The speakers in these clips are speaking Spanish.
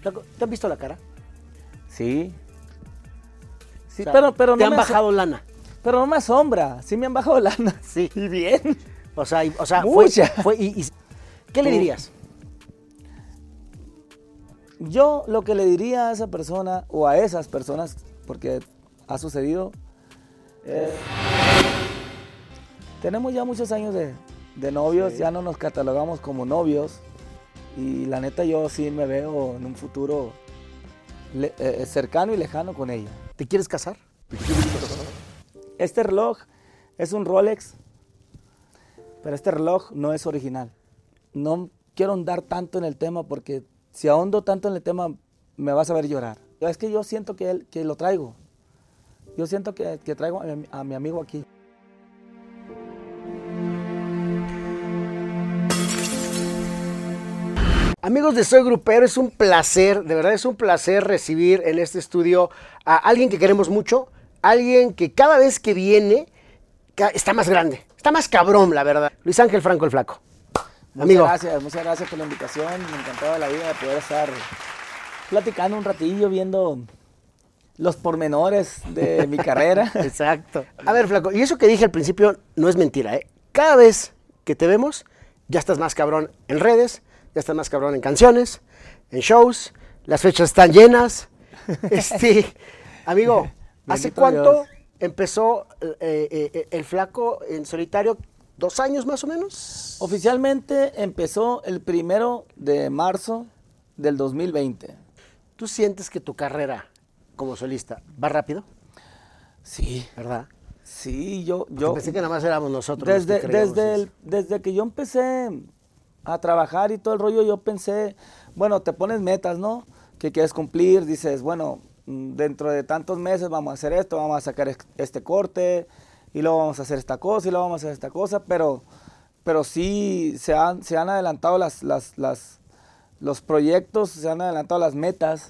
¿Te han visto la cara? Sí. Sí, O sea, pero ¿te no han bajado lana? Pero no me asombra. Sí me han bajado lana. Sí. Y bien. O sea, Mucha. ¿Qué le dirías? Yo lo que le diría a esa persona o a esas personas, porque ha sucedido, es... Tenemos ya muchos años de novios, Sí. ya no nos catalogamos como novios y la neta yo sí me veo en un futuro cercano y lejano con ella. ¿Te quieres casar? Este reloj es un Rolex, pero este reloj no es original. No quiero ahondar tanto en el tema porque si ahondo tanto en el tema me vas a ver llorar. Es que yo siento que lo traigo. Yo siento que traigo a mi amigo aquí. Amigos de Soy Grupero, es un placer, de verdad es un placer recibir en este estudio a alguien que queremos mucho, alguien que cada vez que viene está más grande, está más cabrón, la verdad. Luis Ángel Franco el Flaco. Amigo. Muchas gracias por la invitación. Me encantaba la vida de poder estar platicando un ratillo, viendo los pormenores de mi carrera. Exacto. A ver, Flaco, y eso que dije al principio no es mentira, ¿eh? Cada vez que te vemos, ya estás más cabrón en redes, ya estás más cabrón en canciones, en shows, las fechas están llenas. Amigo, ¿hace Bendito cuánto Dios. empezó el Flaco en solitario? ¿2 años más o menos? Oficialmente empezó el 1 de marzo del 2020. ¿Tú sientes que tu carrera como solista va rápido? Sí, ¿Verdad? sí, Porque pensé que nada más éramos nosotros los que creíamos eso. desde que yo empecé a trabajar y todo el rollo, yo pensé, bueno, te pones metas, ¿no? Que quieres cumplir, dices, bueno, dentro de tantos meses vamos a hacer esto, vamos a sacar este corte, y luego vamos a hacer esta cosa, y luego vamos a hacer esta cosa, pero sí se han adelantado los proyectos, se han adelantado las metas,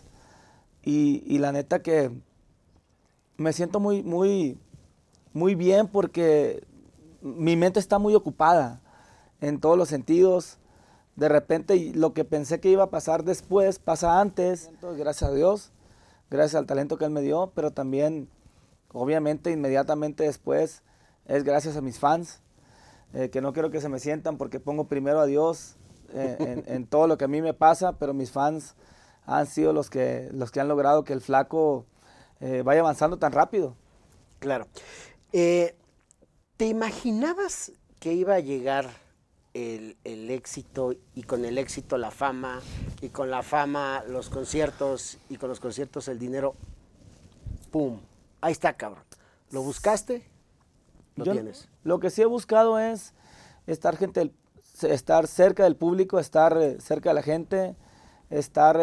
y la neta que me siento muy bien porque mi mente está muy ocupada en todos los sentidos. De repente lo que pensé que iba a pasar después pasa antes. Entonces, gracias a Dios, gracias al talento que Él me dio, pero también, obviamente, inmediatamente después es gracias a mis fans, que no quiero que se me sientan porque pongo primero a Dios en todo lo que a mí me pasa, pero mis fans han sido los que han logrado que el Flaco vaya avanzando tan rápido. Claro. ¿Te imaginabas que iba a llegar el éxito y con el éxito la fama y con la fama los conciertos y con los conciertos el dinero? ¡Pum! Ahí está, cabrón. ¿Lo buscaste? Lo tienes. Lo que sí he buscado es estar cerca del público, estar cerca de la gente, estar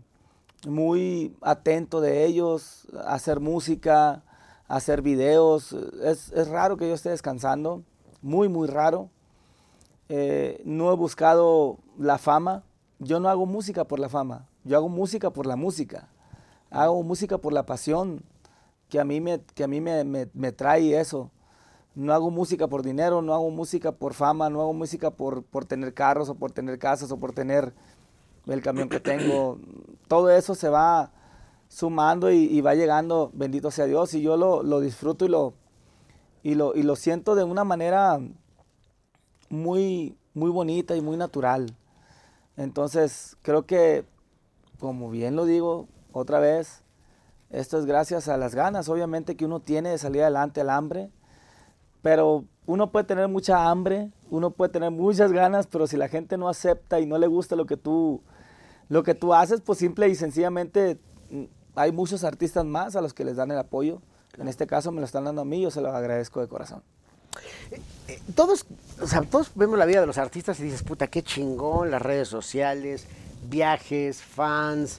muy atento de ellos, hacer música, hacer videos. Es raro que yo esté descansando, muy raro. No he buscado la fama. Yo no hago música por la fama, yo hago música por la música. Hago música por la pasión que a mí me trae eso. No hago música por dinero, no hago música por fama, no hago música por tener carros o por tener casas o por tener el camión que tengo. Todo eso se va sumando y va llegando, bendito sea Dios, y yo lo disfruto y lo siento de una manera muy bonita y muy natural. Entonces, creo que, como bien lo digo otra vez, esto es gracias a las ganas, obviamente, que uno tiene de salir adelante, al hambre, pero uno puede tener mucha hambre, uno puede tener muchas ganas, pero si la gente no acepta y no le gusta lo que tú haces, pues simple y sencillamente hay muchos artistas más a los que les dan el apoyo. En este caso me lo están dando a mí, yo se lo agradezco de corazón. Todos vemos la vida de los artistas y dices, puta, qué chingón, las redes sociales, viajes, fans,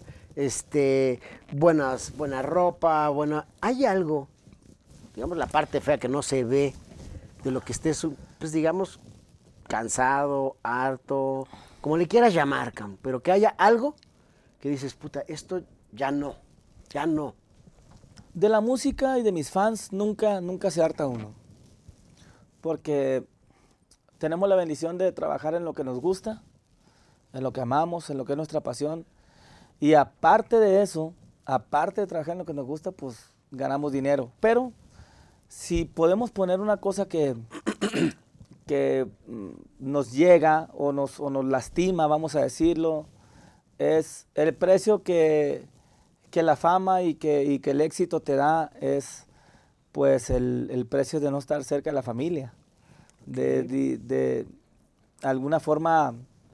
buena ropa, hay algo, digamos, la parte fea que no se ve de lo que estés, pues digamos, cansado, harto, como le quieras llamar, pero que haya algo que dices, puta, esto ya no. De la música y de mis fans nunca se harta uno, porque tenemos la bendición de trabajar en lo que nos gusta, en lo que amamos, en lo que es nuestra pasión, Y aparte de eso, aparte de trabajar en lo que nos gusta, pues ganamos dinero. Pero si podemos poner una cosa que nos llega o nos lastima, vamos a decirlo, es el precio que la fama y que el éxito te da es pues el precio de no estar cerca de la familia. De alguna forma,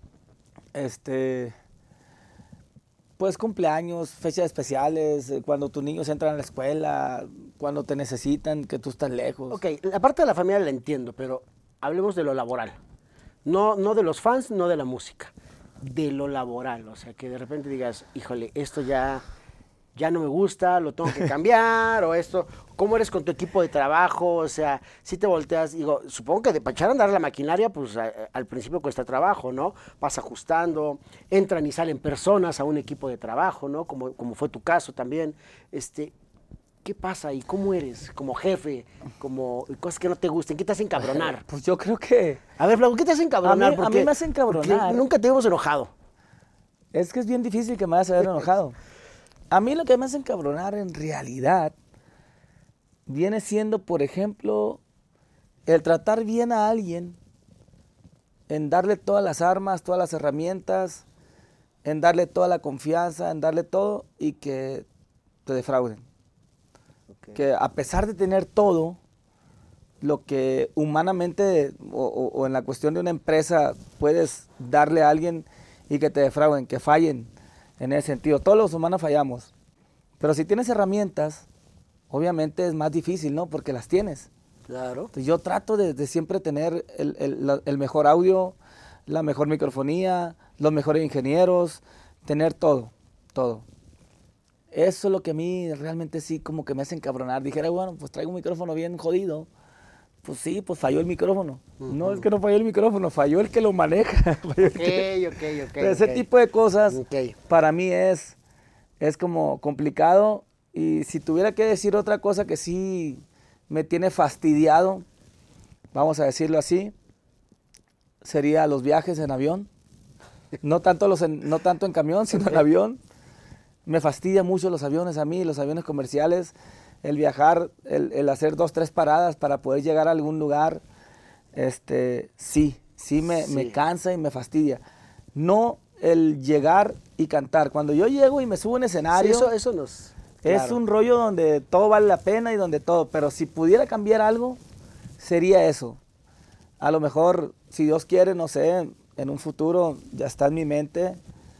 pues cumpleaños, fechas especiales, cuando tus niños entran a la escuela, cuando te necesitan, que tú estás lejos. Ok, la parte de la familia la entiendo, pero hablemos de lo laboral. No de los fans, no de la música, de lo laboral. O sea, que de repente digas, híjole, esto ya no me gusta, lo tengo que cambiar, o esto. ¿Cómo eres con tu equipo de trabajo? O sea, si te volteas, digo, supongo que para echar a andar la maquinaria, pues al principio cuesta trabajo, ¿no? Vas ajustando, entran y salen personas a un equipo de trabajo, ¿no? Como fue tu caso también. ¿Qué pasa y cómo eres como jefe, como cosas que no te gusten? ¿Qué te hacen cabronar? Pues yo creo que... A ver, Flaco, ¿qué te hacen cabronar? A mí me hacen cabronar. Nunca te hemos enojado. Es que es bien difícil que me vayas a ver enojado. A mí lo que me hacen cabronar en realidad viene siendo, por ejemplo, el tratar bien a alguien, en darle todas las armas, todas las herramientas, en darle toda la confianza, en darle todo y que te defrauden. Okay. Que a pesar de tener todo, lo que humanamente o en la cuestión de una empresa puedes darle a alguien y que te defrauden, que fallen en ese sentido. Todos los humanos fallamos, pero si tienes herramientas, obviamente es más difícil, ¿no? Porque las tienes. Claro. Entonces yo trato de siempre tener el mejor audio, la mejor microfonía, los mejores ingenieros, tener todo. Eso es lo que a mí realmente sí como que me hace encabronar. Dijera, bueno, pues traigo un micrófono bien jodido. Pues sí, pues falló el micrófono. Uh-huh. No es que no falló el micrófono, falló el que lo maneja. Ok. Ese tipo de cosas para mí es como complicado. Y si tuviera que decir otra cosa que sí me tiene fastidiado, vamos a decirlo así, sería los viajes en avión. No tanto en camión, sino en avión. Me fastidia mucho los aviones a mí, los aviones comerciales, el viajar, el hacer 2, 3 paradas para poder llegar a algún lugar, sí me cansa y me fastidia. No el llegar y cantar. Cuando yo llego y me subo a un escenario, sí, eso nos... Claro. Es un rollo donde todo vale la pena y donde todo, pero si pudiera cambiar algo, sería eso. A lo mejor, si Dios quiere, no sé, en un futuro, ya está en mi mente,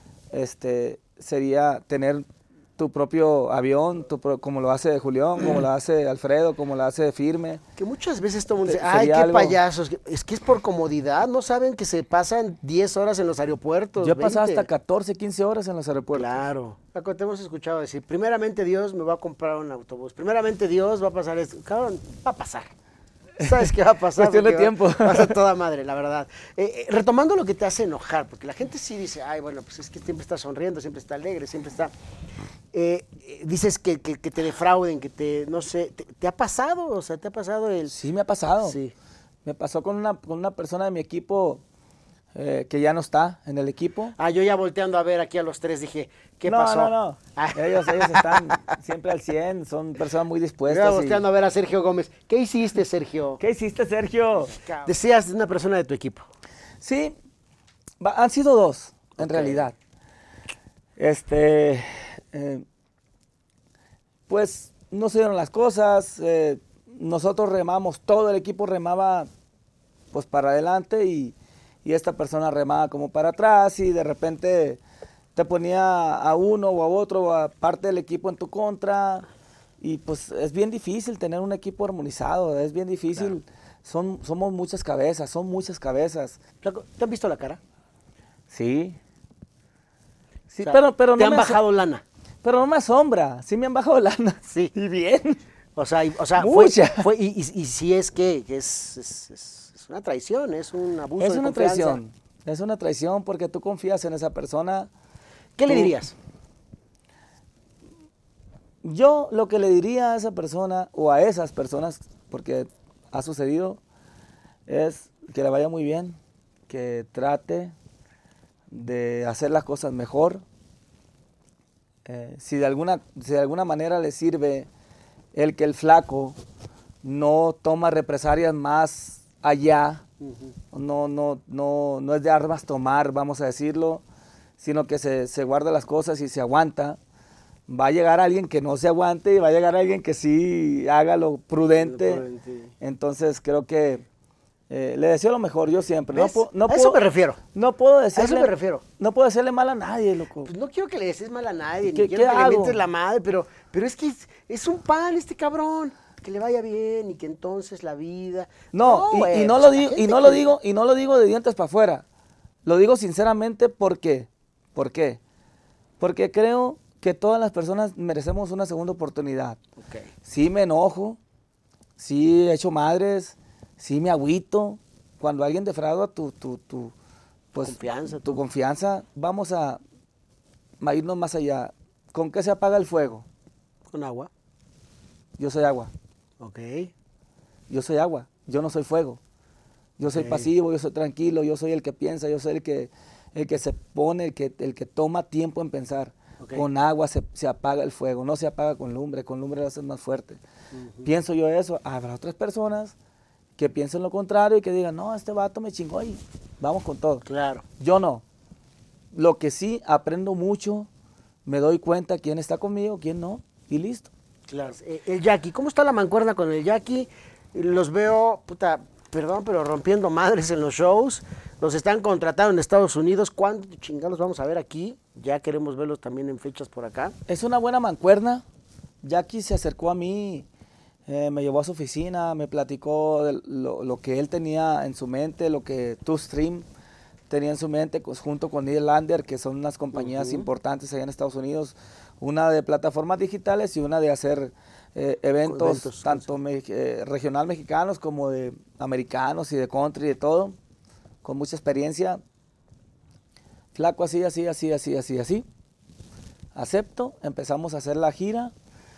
sería tener tu propio avión, como lo hace Julián, como lo hace Alfredo, como lo hace Firme. Que muchas veces todo el mundo dice, ay, qué algo... payasos, es que es por comodidad, no saben que se pasan 10 horas en los aeropuertos. Yo he pasado hasta 14, 15 horas en los aeropuertos. Claro. Paco, te hemos escuchado decir, primeramente Dios me va a comprar un autobús, primeramente Dios va a pasar esto. Cabrón, va a pasar. ¿Sabes qué va a pasar? Cuestión de tiempo. Pasa toda madre, la verdad. Retomando lo que te hace enojar, porque la gente sí dice, ay, bueno, pues es que siempre está sonriendo, siempre está alegre, siempre está... dices que te defrauden, que no sé, ¿te ha pasado? O sea, ¿te ha pasado el...? Sí, me ha pasado. Sí. Me pasó con una persona de mi equipo que ya no está en el equipo. Yo ya volteando a ver aquí a los tres dije, ¿qué pasó? No. Ellos están siempre al 100, son personas muy dispuestas. Yo volteando a ver a Sergio Gómez. ¿Qué hiciste, Sergio? Decías de una persona de tu equipo. Sí, han sido 2, en realidad. Pues no se dieron las cosas, nosotros remamos, todo el equipo remaba pues para adelante y esta persona remaba como para atrás y de repente te ponía a uno o a otro o a parte del equipo en tu contra y pues es bien difícil tener un equipo armonizado, es bien difícil, claro. Somos muchas cabezas, ¿Te han visto la cara? Sí. Sí, o sea, pero ¿te han bajado lana? Pero no me asombra, sí me han bajado lana. Sí. Y bien. O sea mucha. Y si es que es una traición, es un abuso de confianza. Es una traición porque tú confías en esa persona. ¿Qué le dirías? Yo lo que le diría a esa persona o a esas personas, porque ha sucedido, es que le vaya muy bien, que trate de hacer las cosas mejor, Si de alguna manera le sirve el que el Flaco no toma represalias más allá, no es de armas tomar, vamos a decirlo, sino que se guarda las cosas y se aguanta, va a llegar alguien que no se aguante y va a llegar alguien que sí haga lo prudente. Entonces creo que le deseo lo mejor, yo siempre. A eso me refiero. No puedo decirle, a eso me refiero. No puedo decirle mal a nadie, loco. Pues no quiero que le desees mal a nadie, ni ¿Qué quiero que hago? le mientes la madre, pero es que es un pan este cabrón. Que le vaya bien y que entonces la vida... Y no lo digo de dientes para afuera. Lo digo sinceramente porque... ¿Por qué? Porque creo que todas las personas merecemos una segunda oportunidad. Okay. Sí me enojo, sí he hecho madres, sí me agüito. Cuando alguien defrauda tu confianza, vamos a irnos más allá. ¿Con qué se apaga el fuego? Con agua. Yo soy agua. Ok. Yo soy agua, yo no soy fuego. Yo soy pasivo, yo soy tranquilo, yo soy el que piensa, yo soy el que se pone, el que toma tiempo en pensar. Okay. Con agua se apaga el fuego, no se apaga con lumbre lo haces más fuerte. Pienso yo eso. Habrá otras personas que piensen lo contrario y que digan, no, este vato me chingó y vamos con todo. Claro. Yo no. Lo que sí aprendo mucho, me doy cuenta quién está conmigo, quién no, y listo. Claro. El Jackie, ¿cómo está la mancuerna con el Jackie? Los veo, perdón, pero rompiendo madres en los shows. Los están contratando en Estados Unidos. ¿Cuándo chingados vamos a ver aquí? Ya queremos verlos también en fechas por acá. Es una buena mancuerna. Jackie se acercó a mí, me llevó a su oficina, me platicó de lo que él tenía en su mente, lo que Two Stream tenía en su mente, junto con Neil Lander, que son unas compañías importantes allá en Estados Unidos. Una de plataformas digitales y una de hacer eventos tanto regional mexicanos como de americanos y de country y de todo, con mucha experiencia. Flaco, así. Acepto, empezamos a hacer la gira.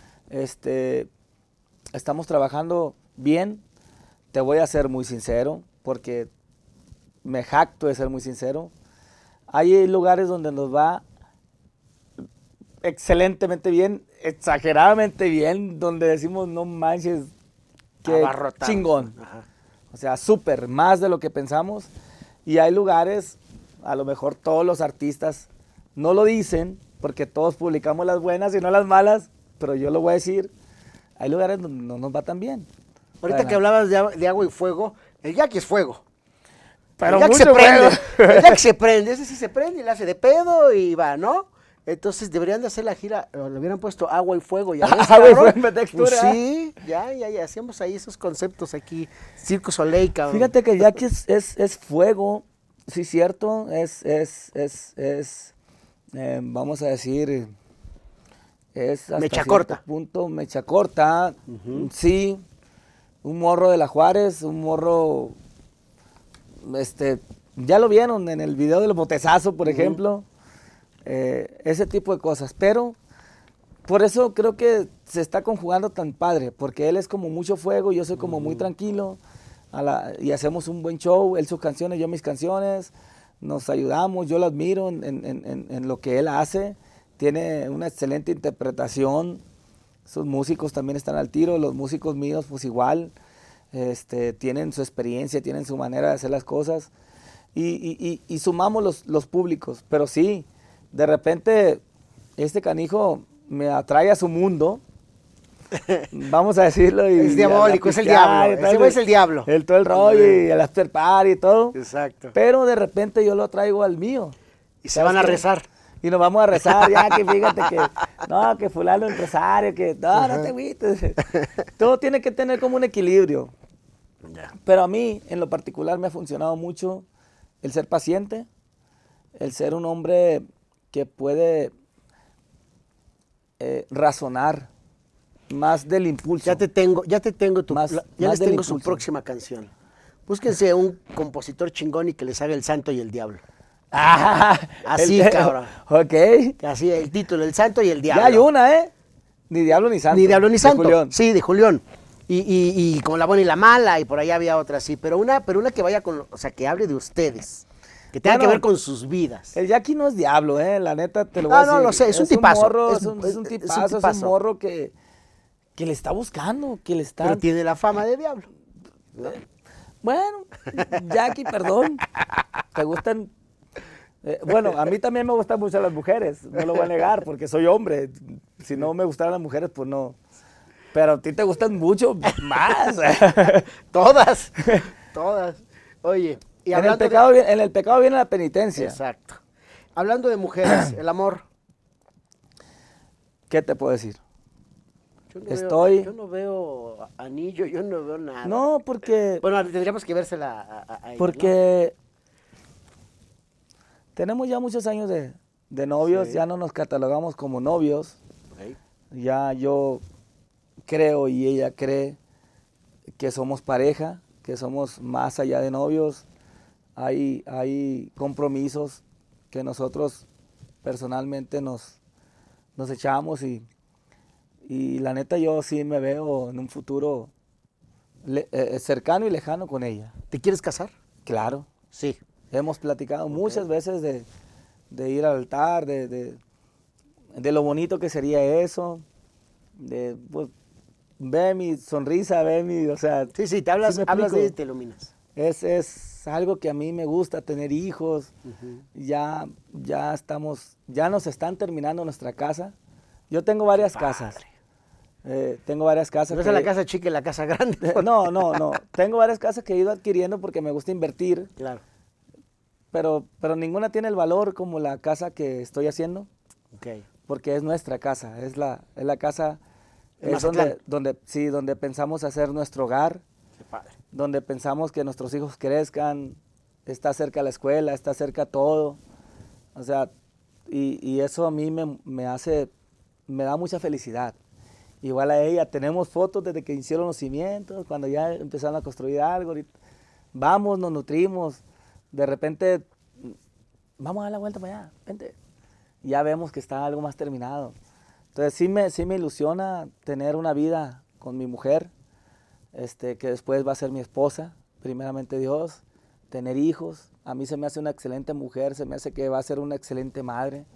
Estamos trabajando bien. Te voy a ser muy sincero, porque me jacto de ser muy sincero. Hay lugares donde nos va excelentemente bien, exageradamente bien, donde decimos, no manches, qué chingón. Ajá. O sea, súper, más de lo que pensamos. Y hay lugares, a lo mejor todos los artistas no lo dicen, porque todos publicamos las buenas y no las malas, pero yo lo voy a decir, hay lugares donde no nos va tan bien. Ahorita que hablabas de agua y fuego, el Jackie es fuego. Pero el Jackie mucho se prende. fuego. El Jackie se prende, ese sí se prende y le hace de pedo y va, ¿no? Entonces deberían de hacer la gira, le hubieran puesto agua y fuego. ¿Ya ves, agua y fuego en textura. Pues sí, ya, hacíamos ahí esos conceptos aquí, Circo Soleil, cabrón. Fíjate que el Jackie es fuego, sí, cierto, vamos a decir, es hasta mecha corta. Punto, mecha corta, sí, un morro de la Juárez, un morro, ya lo vieron en el video del botezazo, por ejemplo. Ese tipo de cosas, pero por eso creo que se está conjugando tan padre, porque él es como mucho fuego, yo soy como muy tranquilo, y hacemos un buen show, él sus canciones, yo mis canciones, nos ayudamos, yo lo admiro en lo que él hace, tiene una excelente interpretación, sus músicos también están al tiro, los músicos míos pues igual, tienen su experiencia, tienen su manera de hacer las cosas, y sumamos los públicos, pero sí, de repente, este canijo me atrae a su mundo, vamos a decirlo. Y es diabólico, es el diablo. Ese güey es el diablo. Todo el rollo y el after party y todo. Exacto. Pero de repente yo lo traigo al mío. Y se van a rezar. Y nos vamos a rezar, ya que fíjate que, no, que fulano empresario, que no te agüites. Todo tiene que tener como un equilibrio. Pero a mí, en lo particular, me ha funcionado mucho el ser paciente, el ser un hombre que puede razonar más del impulso. Ya te tengo les tengo su próxima canción. Búsquense un compositor chingón y que les haga El Santo y el Diablo. Así, cabrón. Ok. Así, el título, El Santo y el Diablo. Ya hay una, Ni Diablo ni Santo. Ni Diablo ni Santo. De Julián. Sí, de Julián. Y como La Buena y la Mala, y por allá había otra, sí. Pero una que vaya con, o sea, que hable de ustedes. Que tenga que Bueno, ver con sus vidas. El Jackie no es diablo, la neta te lo voy a decir. No, lo sé, es un tipazo. Morro, Es un tipazo, es un morro que le está buscando, que le está... Pero tiene la fama de diablo, ¿no? Bueno, Jackie, perdón, te gustan... bueno, a mí también me gustan mucho las mujeres, no lo voy a negar, porque soy hombre. Si no me gustaran las mujeres, pues no. Pero a ti te gustan mucho más. Todas, todas. Oye, y en hablando el pecado viene la penitencia. Exacto. Hablando de mujeres, el amor. ¿Qué te puedo decir? Yo no veo anillo, yo no veo nada. No, porque... Bueno, tendríamos que vérsela a ella, porque tenemos ya muchos años de novios, Sí. ya no nos catalogamos como novios. Okay. Ya yo creo y ella cree que somos pareja, que somos más allá de novios. Hay compromisos que nosotros personalmente nos echamos y la neta yo sí me veo en un futuro cercano y lejano con ella. ¿Te quieres casar? Claro. Sí. Hemos platicado muchas veces de ir al altar, de lo bonito que sería eso, pues, ve mi sonrisa, o sea... Sí, te hablas, ¿sí me hablas de explico? ella y te iluminas. Es algo que a mí me gusta, tener hijos. Ya nos están terminando nuestra casa. Yo tengo varias casas. Tengo varias casas. No es la casa chica y la casa grande. No. Tengo varias casas que he ido adquiriendo porque me gusta invertir. Claro. Pero ninguna tiene el valor como la casa que estoy haciendo. Okay. Porque es nuestra casa. Es la casa En es Mazatlán. donde pensamos hacer nuestro hogar. Qué padre. Donde pensamos que nuestros hijos crezcan, está cerca la escuela, está cerca todo. O sea, y eso a mí me da mucha felicidad. Igual a ella, tenemos fotos desde que hicieron los cimientos, cuando ya empezaron a construir algo. Vamos, nos nutrimos, de repente, vamos a dar la vuelta para allá, vente. Ya vemos que está algo más terminado. Entonces sí me ilusiona tener una vida con mi mujer, que después va a ser mi esposa, primeramente Dios, tener hijos. A mí se me hace una excelente mujer, se me hace que va a ser una excelente madre.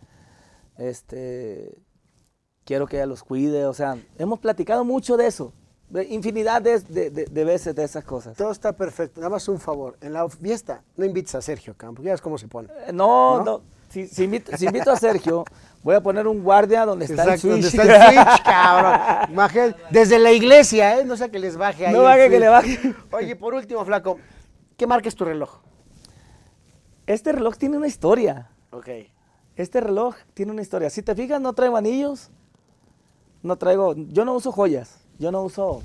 Quiero que ella los cuide, o sea, hemos platicado mucho de eso, infinidad de veces de esas cosas. Todo está perfecto. Nada más un favor. En la fiesta no invites a Sergio Campos. Ya ves cómo se pone. No. Si invito a Sergio, voy a poner un guardia donde está el switch. Donde está el switch, cabrón. Imagínate, desde la iglesia, ¿eh? No sé que les baje ahí. No baje que le baje. Oye, por último, flaco, ¿qué marca es tu reloj? Este reloj tiene una historia. Ok. Este reloj tiene una historia. Si te fijas, no traigo anillos. Yo no uso joyas. Yo no uso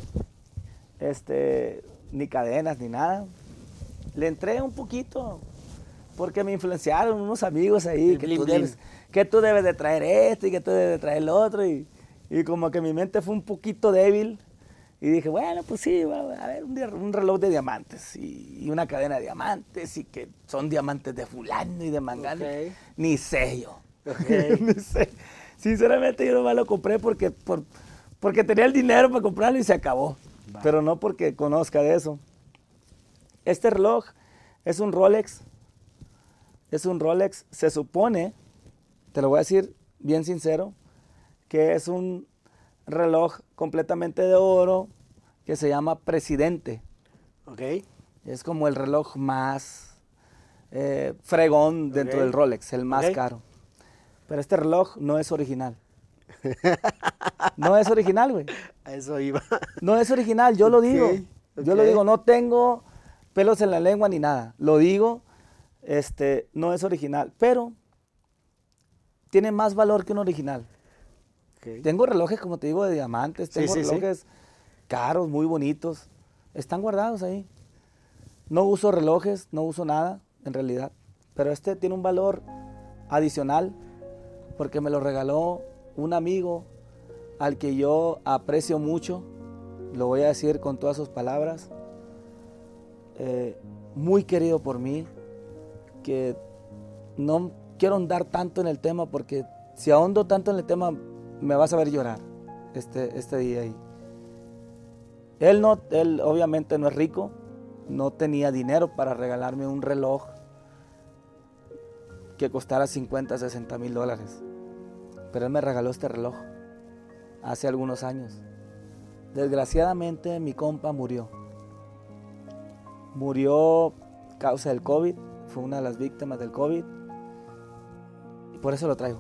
ni cadenas ni nada. Le entré un poquito porque me influenciaron unos amigos ahí que tú debes de traer esto y que tú debes de traer lo otro y como que mi mente fue un poquito débil y dije, bueno, pues sí, a ver, un reloj de diamantes y una cadena de diamantes y que son diamantes de fulano y de mangano. Okay. Ni sé yo. Okay. Ni sé. Sinceramente yo nomás lo compré porque tenía el dinero para comprarlo y se acabó. Va. Pero no porque conozca de eso. Este reloj es un Rolex. Es un Rolex. Se supone, te lo voy a decir bien sincero, que es un reloj completamente de oro que se llama Presidente. Ok. Es como el reloj más fregón dentro del Rolex, el más caro. Pero este reloj no es original. No es original, güey. A eso iba. No es original, yo lo digo. Yo lo digo, no tengo pelos en la lengua ni nada. Lo digo, no es original. Pero tiene más valor que un original. Tengo relojes, como te digo, de diamantes. Tengo relojes caros, muy bonitos. Están guardados ahí. No uso relojes, no uso nada, en realidad. Pero este tiene un valor adicional porque me lo regaló un amigo al que yo aprecio mucho, lo voy a decir con todas sus palabras, muy querido por mí, que no quiero ahondar tanto en el tema porque si ahondo tanto en el tema me vas a ver llorar este día ahí. Él obviamente no es rico, no tenía dinero para regalarme un reloj que costara 50, 60 mil dólares. Pero él me regaló este reloj hace algunos años. Desgraciadamente mi compa murió. Murió a causa del COVID, fue una de las víctimas del COVID. Y por eso lo traigo.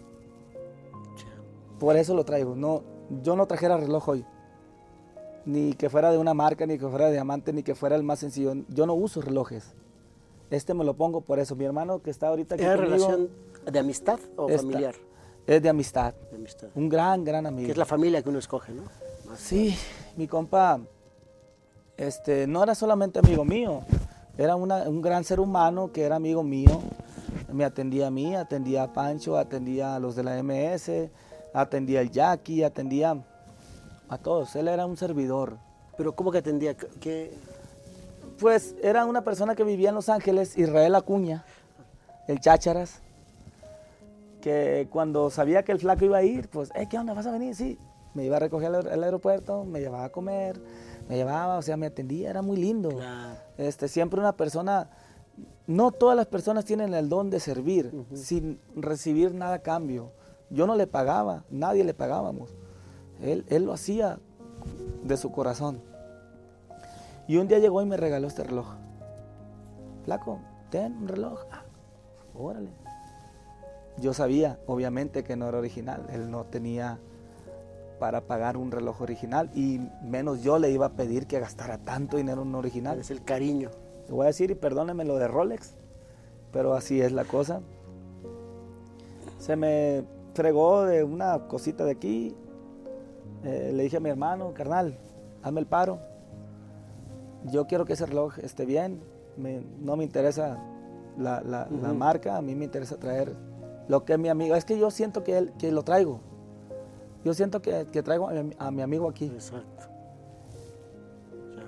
Por eso lo traigo. No, yo no trajera reloj hoy. Ni que fuera de una marca, ni que fuera de diamante, ni que fuera el más sencillo. Yo no uso relojes. Este me lo pongo por eso. Mi hermano que está ahorita aquí ¿Es conmigo, relación de amistad o familiar? Es de amistad. De amistad. Un gran, gran amigo. Que es la familia que uno escoge, ¿no? Más Sí, mi compa no era solamente amigo mío, era un gran ser humano que era amigo mío. Me atendía a mí, atendía a Pancho, atendía a los de la MS, atendía al Jackie, atendía a todos. Él era un servidor. Pero ¿cómo que atendía? ¿Qué? Pues era una persona que vivía en Los Ángeles, Israel Acuña, el Chácharas, que cuando sabía que el flaco iba a ir, pues, ¿qué onda? ¿Vas a venir? Sí. Me iba a recoger al aeropuerto, me llevaba a comer, me llevaba, o sea, me atendía, era muy lindo. Claro. Siempre una persona, no todas las personas tienen el don de servir sin recibir nada a cambio. Yo no le pagaba, nadie le pagábamos. Él lo hacía de su corazón. Y un día llegó y me regaló este reloj. Flaco, ten un reloj. Órale. Yo sabía, obviamente, que no era original. Él no tenía para pagar un reloj original y menos yo le iba a pedir que gastara tanto dinero en un original. Es el cariño. Le voy a decir, y perdóneme lo de Rolex, pero así es la cosa. Se me fregó de una cosita de aquí. Le dije a mi hermano, carnal, hazme el paro. Yo quiero que ese reloj esté bien. No me interesa la marca, a mí me interesa traer lo que es mi amigo. Es que yo siento que lo traigo. Yo siento que traigo a mi amigo aquí. Exacto. Ya.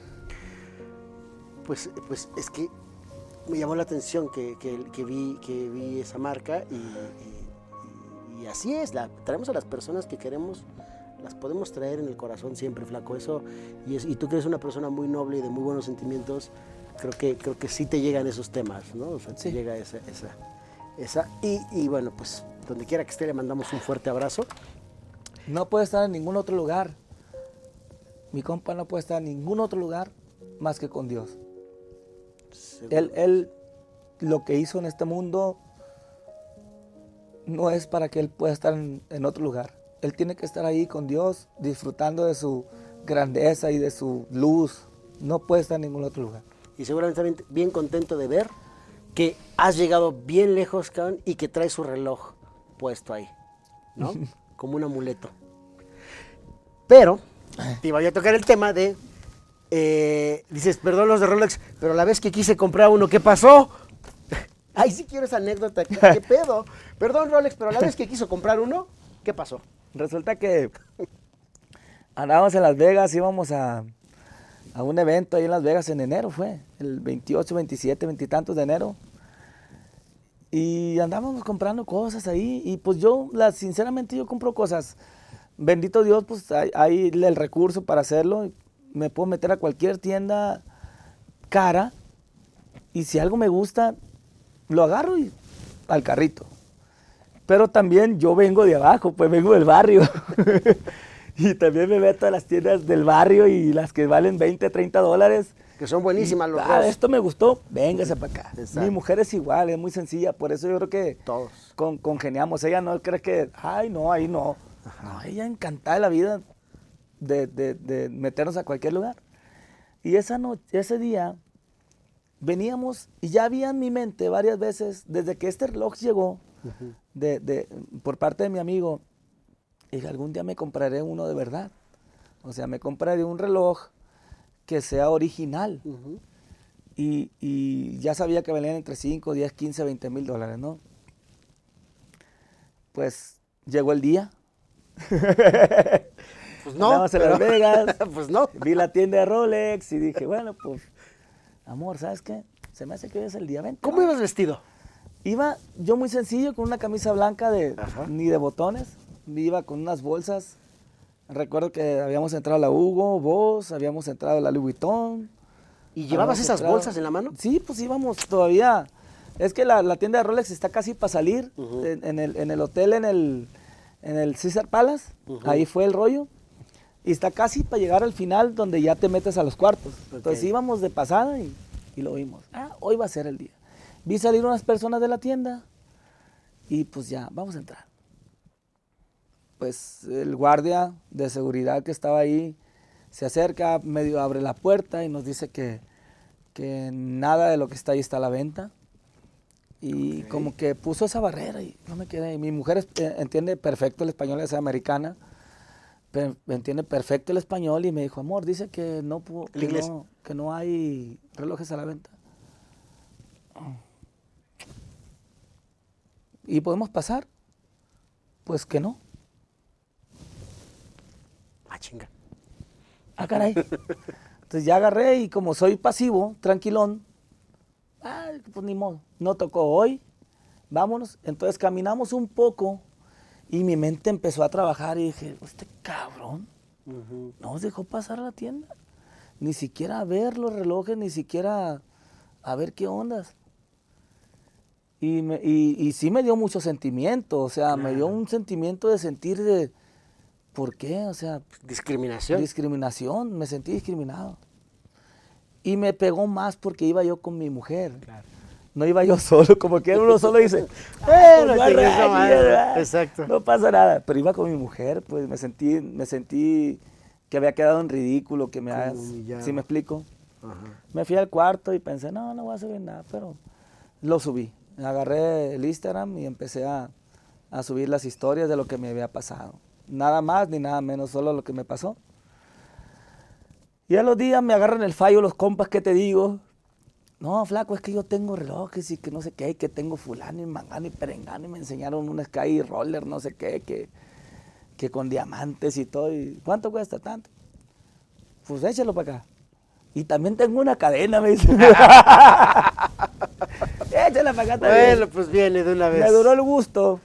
Pues es que me llamó la atención que vi esa marca y así es. Traemos a las personas que queremos, las podemos traer en el corazón siempre, flaco. Eso y tú que eres una persona muy noble y de muy buenos sentimientos, creo que sí te llegan esos temas, ¿no? O sea, te llega esa. Y bueno, pues donde quiera que esté le mandamos un fuerte abrazo. No puede estar en ningún otro lugar. Mi compa no puede estar en ningún otro lugar más que con Dios. Él lo que hizo en este mundo no es para que él pueda estar en otro lugar. Él tiene que estar ahí con Dios, disfrutando de su grandeza y de su luz. No puede estar en ningún otro lugar. Y seguramente también bien contento de ver que has llegado bien lejos, cabrón, y que traes su reloj puesto ahí, ¿no? Como un amuleto. Pero te iba a tocar el tema de, dices, perdón los de Rolex, pero la vez que quise comprar uno, ¿qué pasó? Ay, sí quiero esa anécdota, ¿qué pedo? Perdón Rolex, pero la vez que quiso comprar uno, ¿qué pasó? Resulta que andábamos en Las Vegas, íbamos a un evento ahí en Las Vegas en enero, fue el 28, 27, 20 y tantos de enero. Y andábamos comprando cosas ahí y pues sinceramente yo compro cosas. Bendito Dios, pues hay el recurso para hacerlo. Me puedo meter a cualquier tienda cara y si algo me gusta, lo agarro y al carrito. Pero también yo vengo de abajo, pues vengo del barrio. Y también me meto a las tiendas del barrio y las que valen 20, 30 dólares. Que son buenísimas los dos. Esto me gustó, véngase para acá. Exacto. Mi mujer es igual, es muy sencilla, por eso yo creo que todos congeniamos. Ella no cree que, ay no, ahí no. No, ella encantada de la vida de meternos a cualquier lugar. Y ese día veníamos y ya había en mi mente varias veces, desde que este reloj llegó, por parte de mi amigo, y algún día me compraré uno de verdad. O sea, me compraré un reloj que sea original. Y ya sabía que valían entre 5, 10, 15, 20 mil dólares, ¿no? Pues llegó el día. Pues no. Andábamos en Las Vegas. Pues no. Vi la tienda de Rolex y dije, bueno, pues, amor, ¿sabes qué? Se me hace que hoy es el día 20. ¿Cómo ibas vestido? Iba yo muy sencillo, con una camisa blanca ni de botones. Iba con unas bolsas. Recuerdo que habíamos entrado a la Hugo Boss, habíamos entrado a la Louis Vuitton. ¿Y llevabas esas bolsas en la mano? Sí, pues íbamos todavía Es que la tienda de Rolex está casi para salir, en el hotel, en el Caesar Palace, ahí fue el rollo, y está casi para llegar al final donde ya te metes a los cuartos. Entonces íbamos de pasada y lo vimos. Hoy va a ser el día. Vi salir unas personas de la tienda y pues ya, vamos a entrar. Pues el guardia de seguridad que estaba ahí se acerca, medio abre la puerta y nos dice que nada de lo que está ahí está a la venta. Y como que puso esa barrera y no me quedé. Mi mujer entiende perfecto el español, es americana, pero entiende perfecto el español y me dijo, amor, dice que que no hay relojes a la venta. ¿Y podemos pasar? Pues que no. Chinga. Caray. Entonces ya agarré y como soy pasivo, tranquilón, pues ni modo, no tocó hoy, vámonos. Entonces caminamos un poco y mi mente empezó a trabajar y dije, este cabrón no nos dejó pasar a la tienda, ni siquiera a ver los relojes, ni siquiera a ver qué ondas. Y sí me dio mucho sentimiento, o sea, me dio un sentimiento de sentir de, ¿por qué? O sea, discriminación, me sentí discriminado. Y me pegó más porque iba yo con mi mujer. Claro. No iba yo solo, como que uno solo dice, exacto. No pasa nada. Pero iba con mi mujer, pues me sentí que había quedado en ridículo, que ¿sí me explico? Me fui al cuarto y pensé, no voy a subir nada, pero lo subí. Agarré el Instagram y empecé a subir las historias de lo que me había pasado. Nada más ni nada menos, solo lo que me pasó. Y a los días me agarran el fallo los compas que te digo. No, flaco, es que yo tengo relojes y que no sé qué, y que tengo fulano y mangano y perengano y me enseñaron un Sky Roller, no sé qué, que con diamantes y todo. ¿Y cuánto cuesta? Tanto. Pues échalo para acá. Y también tengo una cadena, me dice. Échala para acá también. Bueno, pues viene de una vez. Me duró el gusto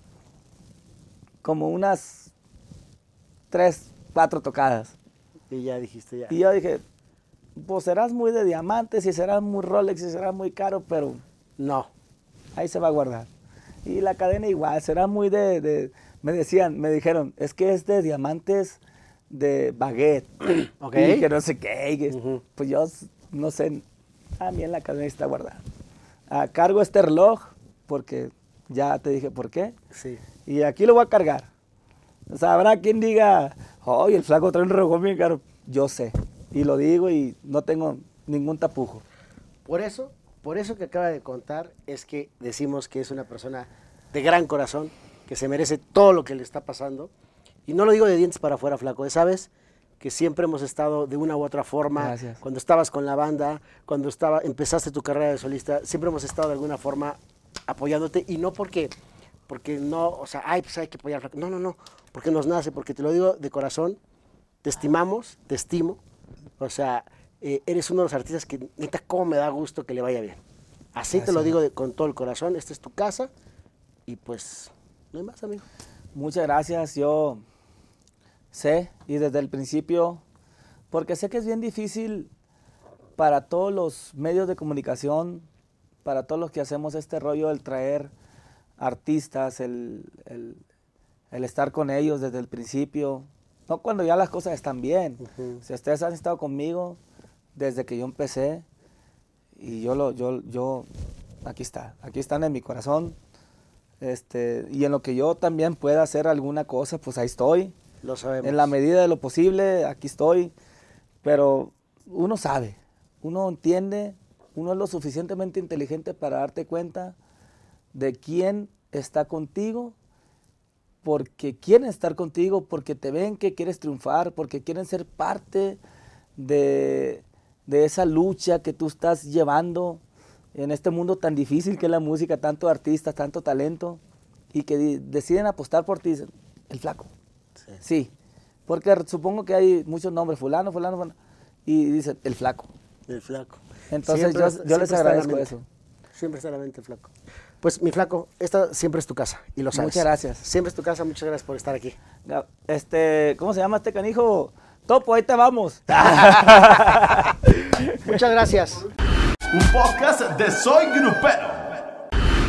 como unas 3, 4 tocadas. Y ya dijiste ya. Y yo dije, pues serás muy de diamantes y serás muy Rolex y serás muy caro, pero no. Ahí se va a guardar. Y la cadena igual, será muy me dijeron, es que es de diamantes de baguette. Okay. Y que no sé qué. Pues yo no sé, también la cadena está guardada. Cargo este reloj porque ya te dije por qué. Sí. Y aquí lo voy a cargar. Sabrá quien diga, oye, el flaco trae un reloj bien caro. Yo sé. Y lo digo y no tengo ningún tapujo. Por eso que acaba de contar es que decimos que es una persona de gran corazón, que se merece todo lo que le está pasando. Y no lo digo de dientes para afuera, flaco. ¿Sabes? Que siempre hemos estado de una u otra forma. Gracias. Cuando estabas con la banda, cuando empezaste tu carrera de solista, siempre hemos estado de alguna forma apoyándote. Y no porque no, o sea, pues hay que apoyar, flaco. No, porque nos nace, porque te lo digo de corazón, te estimamos, te estimo. O sea, eres uno de los artistas que, neta, cómo me da gusto que le vaya bien. Así Gracias. Te lo digo con todo el corazón, esta es tu casa y pues, no hay más, amigo. Muchas gracias, yo sé, y desde el principio, porque sé que es bien difícil para todos los medios de comunicación, para todos los que hacemos este rollo, el traer artistas, el estar con ellos desde el principio, no cuando ya las cosas están bien. Si ustedes han estado conmigo desde que yo empecé, y aquí están en mi corazón, y en lo que yo también pueda hacer alguna cosa, pues ahí estoy. Lo sabemos. En la medida de lo posible, aquí estoy, pero uno sabe, uno entiende, uno es lo suficientemente inteligente para darte cuenta de quién está contigo, porque quieren estar contigo, porque te ven que quieres triunfar, porque quieren ser parte de esa lucha que tú estás llevando en este mundo tan difícil que es la música, tanto artistas, tanto talento, y que deciden apostar por ti, dicen, el flaco. Sí, porque supongo que hay muchos nombres, fulano, y dicen, el flaco. El flaco. Entonces yo les agradezco eso. Siempre está en la mente el flaco. Pues mi flaco, esta siempre es tu casa y lo sabes. Muchas gracias. Siempre es tu casa, muchas gracias por estar aquí. ¿Cómo se llama este canijo? Topo, ahí te vamos. Muchas gracias. Un podcast de Soy Grupero.